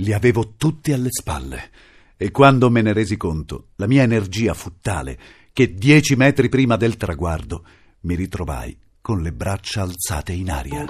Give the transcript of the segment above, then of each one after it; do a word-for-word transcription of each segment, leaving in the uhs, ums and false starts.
Li avevo tutti alle spalle e quando me ne resi conto, la mia energia fu tale che dieci metri prima del traguardo mi ritrovai con le braccia alzate in aria.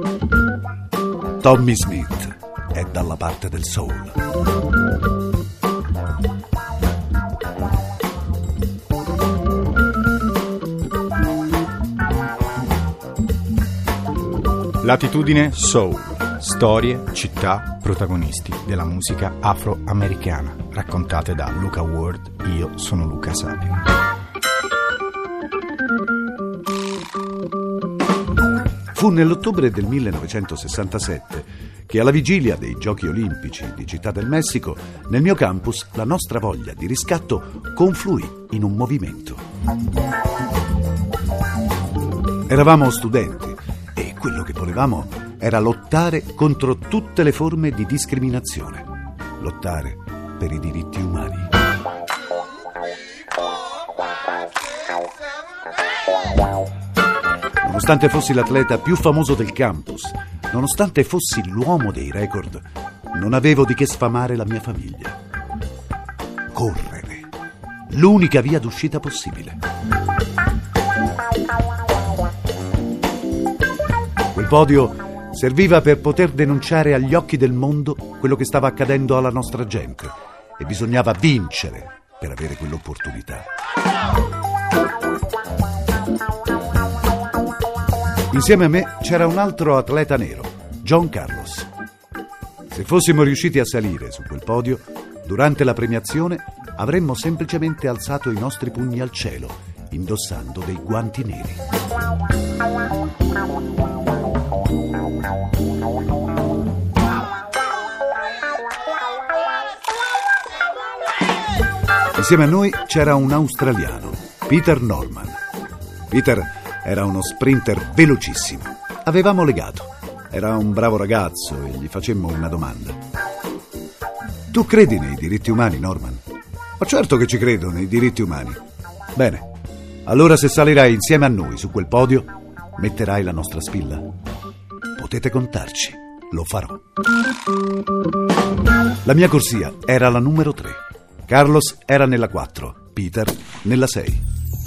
Tommy Smith è dalla parte del soul. Latitudine Soul. Storie, città, protagonisti della musica afroamericana, raccontate da Luca Ward. Io sono Luca Sapio. Fu nell'ottobre del millenovecentosessantasette che alla vigilia dei Giochi Olimpici di Città del Messico, nel mio campus, la nostra voglia di riscatto confluì in un movimento. Eravamo studenti e quello che volevamo era lottare contro tutte le forme di discriminazione, lottare per i diritti umani. Nonostante fossi l'atleta più famoso del campus, nonostante fossi l'uomo dei record, non avevo di che sfamare la mia famiglia. Correre, l'unica via d'uscita possibile. Quel podio serviva per poter denunciare agli occhi del mondo quello che stava accadendo alla nostra gente e bisognava vincere per avere quell'opportunità. Insieme a me c'era un altro atleta nero, John Carlos. Se fossimo riusciti a salire su quel podio, durante la premiazione avremmo semplicemente alzato i nostri pugni al cielo, indossando dei guanti neri. Insieme a noi c'era un australiano, Peter Norman. Peter era uno sprinter velocissimo. Avevamo legato. Era un bravo ragazzo e gli facemmo una domanda. Tu credi nei diritti umani, Norman? Ma certo che ci credo nei diritti umani. Bene, allora se salirai insieme a noi su quel podio, metterai la nostra spilla? Potete contarci, lo farò. La mia corsia era la numero tre. Carlos era nella quattro, Peter nella sei.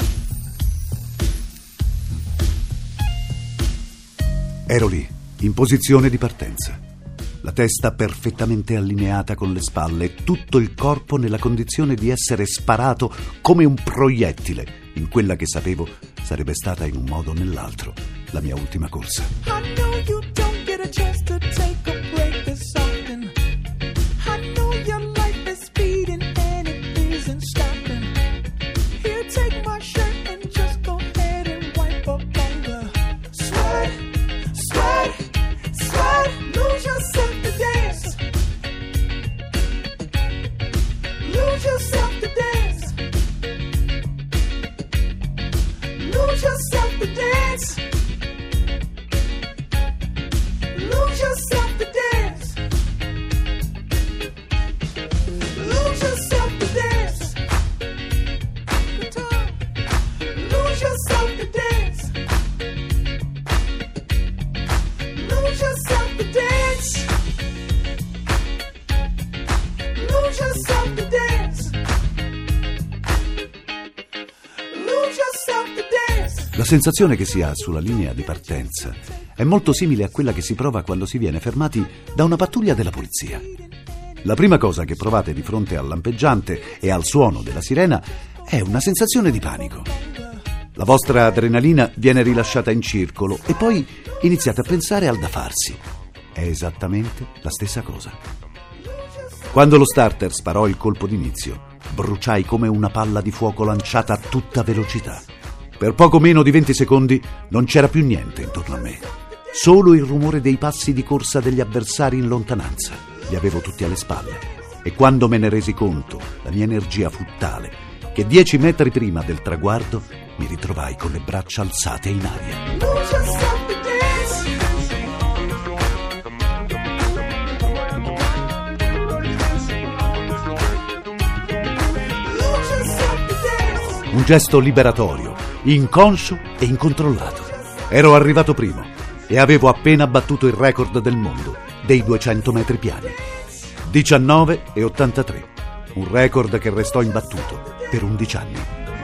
Ero lì, in posizione di partenza. La testa perfettamente allineata con le spalle e tutto il corpo nella condizione di essere sparato come un proiettile in quella che sapevo sarebbe stata in un modo o nell'altro la mia ultima corsa. La sensazione che si ha sulla linea di partenza è molto simile a quella che si prova quando si viene fermati da una pattuglia della polizia. La prima cosa che provate di fronte al lampeggiante e al suono della sirena è una sensazione di panico. La vostra adrenalina viene rilasciata in circolo e poi iniziate a pensare al da farsi. È esattamente la stessa cosa. Quando lo starter sparò il colpo d'inizio, bruciai come una palla di fuoco lanciata a tutta velocità. Per poco meno di venti secondi non c'era più niente intorno a me. Solo il rumore dei passi di corsa degli avversari in lontananza. Li avevo tutti alle spalle. E quando me ne resi conto, la mia energia fu tale che dieci metri prima del traguardo mi ritrovai con le braccia alzate in aria. Un gesto liberatorio, inconscio e incontrollato. Ero arrivato primo e avevo appena battuto il record del mondo dei duecento metri piani. diciannove e ottantatré, un record che restò imbattuto per undici anni.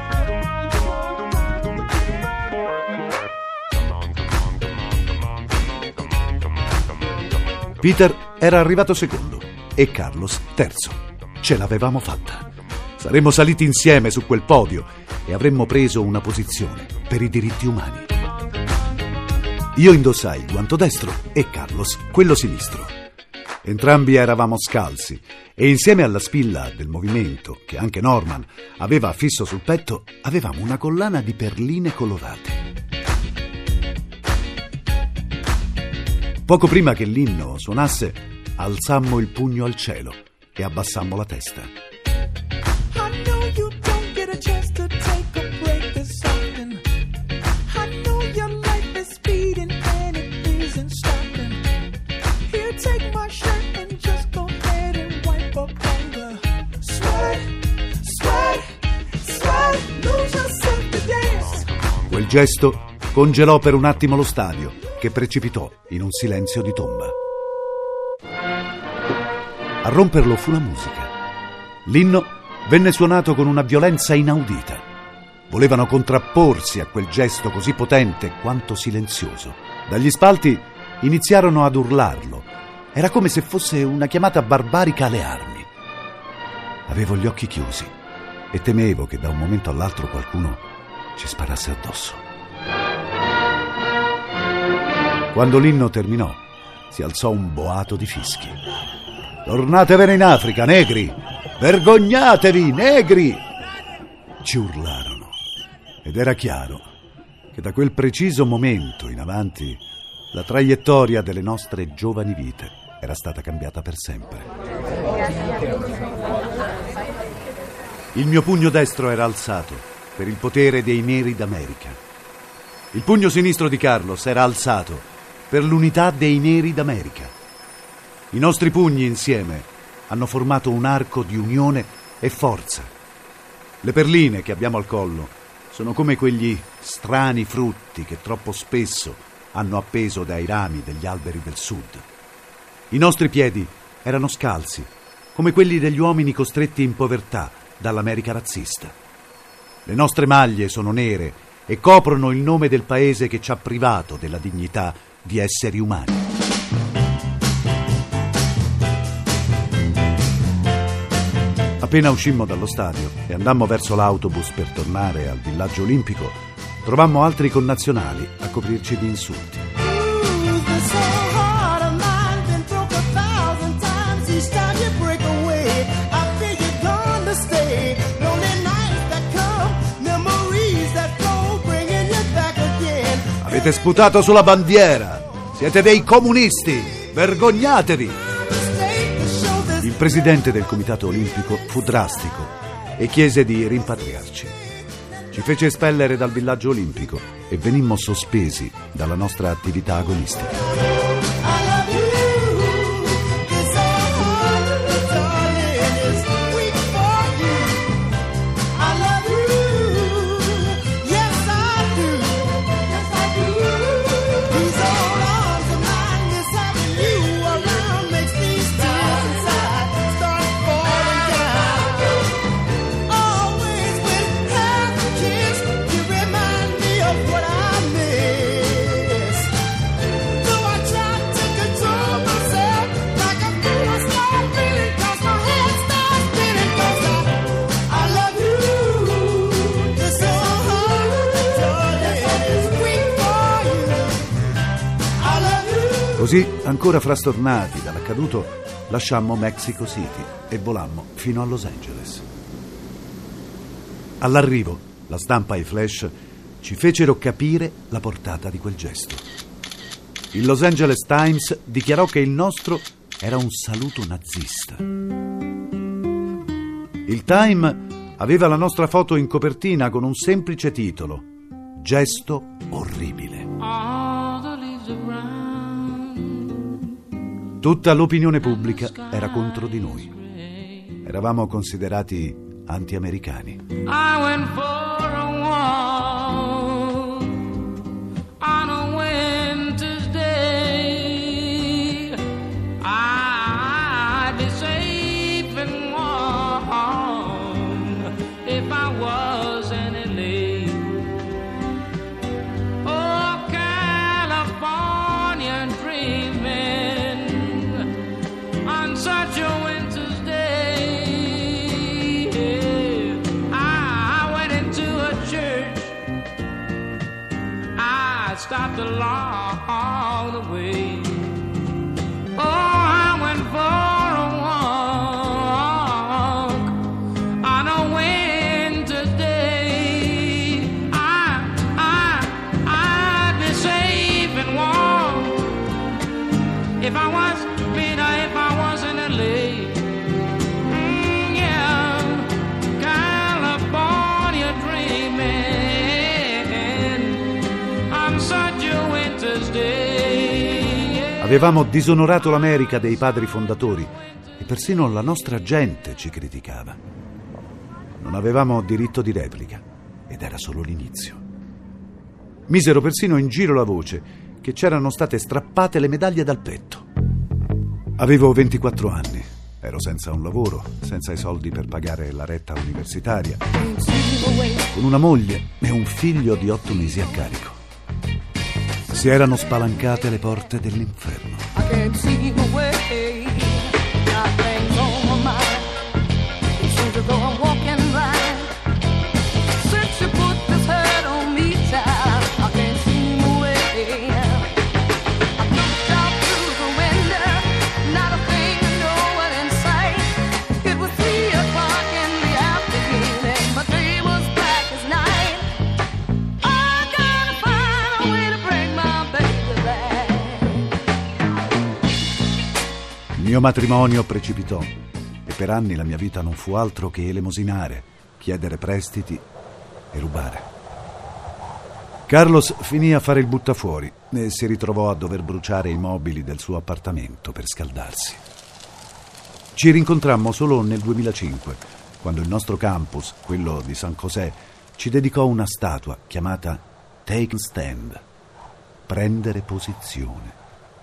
Peter era arrivato secondo e Carlos terzo. Ce l'avevamo fatta. Saremmo saliti insieme su quel podio e avremmo preso una posizione per i diritti umani. Io indossai il guanto destro e Carlos quello sinistro. Entrambi eravamo scalzi e insieme alla spilla del movimento che anche Norman aveva affisso sul petto avevamo una collana di perline colorate. Poco prima che l'inno suonasse, alzammo il pugno al cielo e abbassammo la testa. Quel gesto congelò per un attimo lo stadio, che precipitò in un silenzio di tomba. A romperlo fu la musica. L'inno venne suonato con una violenza inaudita. Volevano contrapporsi a quel gesto così potente quanto silenzioso. Dagli spalti iniziarono ad urlarlo. Era come se fosse una chiamata barbarica alle armi. Avevo gli occhi chiusi e temevo che da un momento all'altro qualcuno ci sparasse addosso. Quando l'inno terminò, si alzò un boato di fischi. «Tornatevene in Africa, negri! Vergognatevi, negri!» Ci urlarono. Ed era chiaro che da quel preciso momento in avanti la traiettoria delle nostre giovani vite era stata cambiata per sempre. Il mio pugno destro era alzato per il potere dei neri d'America. Il pugno sinistro di Carlos era alzato per l'unità dei neri d'America. I nostri pugni insieme hanno formato un arco di unione e forza. Le perline che abbiamo al collo sono come quegli strani frutti che troppo spesso hanno appeso dai rami degli alberi del sud. I nostri piedi erano scalzi, come quelli degli uomini costretti in povertà dall'America razzista. Le nostre maglie sono nere e coprono il nome del paese che ci ha privato della dignità di esseri umani. Appena uscimmo dallo stadio e andammo verso l'autobus per tornare al villaggio olimpico, trovammo altri connazionali a coprirci di insulti. Avete sputato sulla bandiera! Siete dei comunisti! Vergognatevi! Il presidente del comitato olimpico fu drastico e chiese di rimpatriarci. Ci fece espellere dal villaggio olimpico e venimmo sospesi dalla nostra attività agonistica. Così, ancora frastornati dall'accaduto, lasciammo Mexico City e volammo fino a Los Angeles. All'arrivo, la stampa e i flash ci fecero capire la portata di quel gesto. Il Los Angeles Times dichiarò che il nostro era un saluto nazista. Il Time aveva la nostra foto in copertina con un semplice titolo: Gesto orribile. Tutta l'opinione pubblica era contro di noi. Eravamo considerati anti-americani. I went for a walk on a winter's day. I'd be safe such a winter's day, I went into a church. I stopped along the way. Oh, I went for a walk on a winter's day. I, I, I'd be safe and warm if I was, if I was in L A. Mm, yeah, California dreaming on such a winter's day. Avevamo disonorato l'America dei padri fondatori e persino la nostra gente ci criticava. Non avevamo diritto di replica ed era solo l'inizio. Misero persino in giro la voce che c'erano state strappate le medaglie dal petto. Avevo ventiquattro anni, ero senza un lavoro, senza i soldi per pagare la retta universitaria, con una moglie e un figlio di otto mesi a carico. Si erano spalancate le porte dell'inferno. Il mio matrimonio precipitò e per anni la mia vita non fu altro che elemosinare, chiedere prestiti e rubare. Carlos finì a fare il buttafuori e si ritrovò a dover bruciare i mobili del suo appartamento per scaldarsi. Ci rincontrammo solo nel duemilacinque, quando il nostro campus, quello di San José, ci dedicò una statua chiamata Take a Stand, prendere posizione.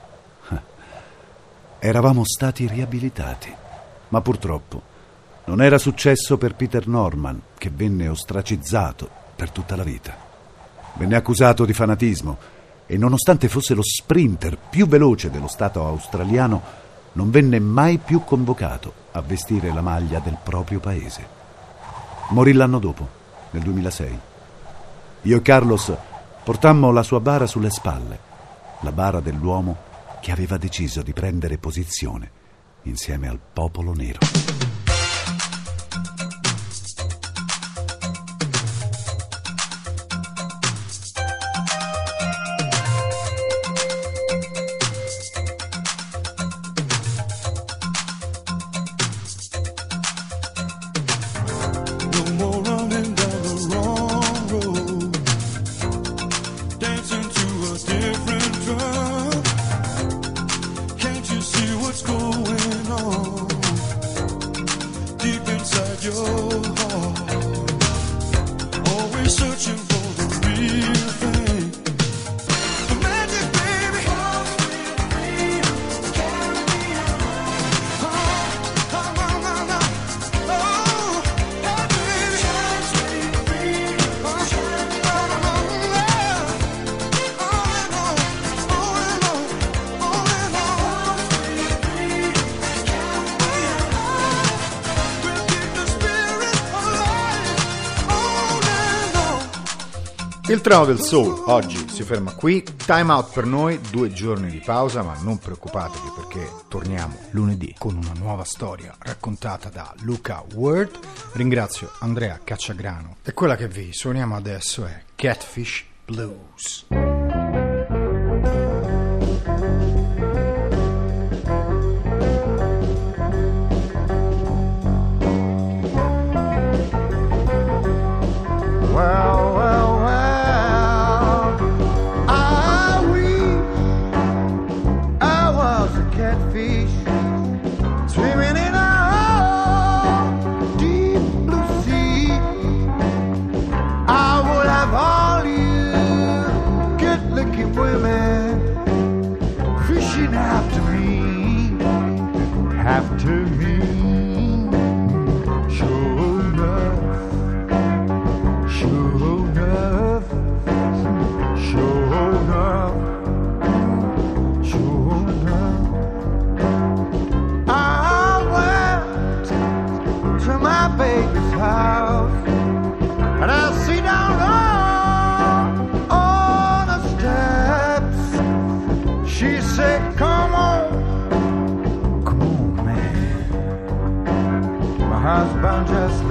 Eravamo stati riabilitati, ma purtroppo non era successo per Peter Norman, che venne ostracizzato per tutta la vita. Venne accusato di fanatismo e, nonostante fosse lo sprinter più veloce dello Stato australiano, non venne mai più convocato a vestire la maglia del proprio paese. Morì l'anno dopo, nel duemilasei. Io e Carlos portammo la sua bara sulle spalle, la bara dell'uomo che aveva deciso di prendere posizione insieme al popolo nero. Il treno del soul oggi si ferma qui, time out per noi, due giorni di pausa, ma non preoccupatevi perché torniamo lunedì con una nuova storia raccontata da Luca Ward. Ringrazio Andrea Cacciagrano e quella che vi suoniamo adesso è Catfish Blues. All you bound just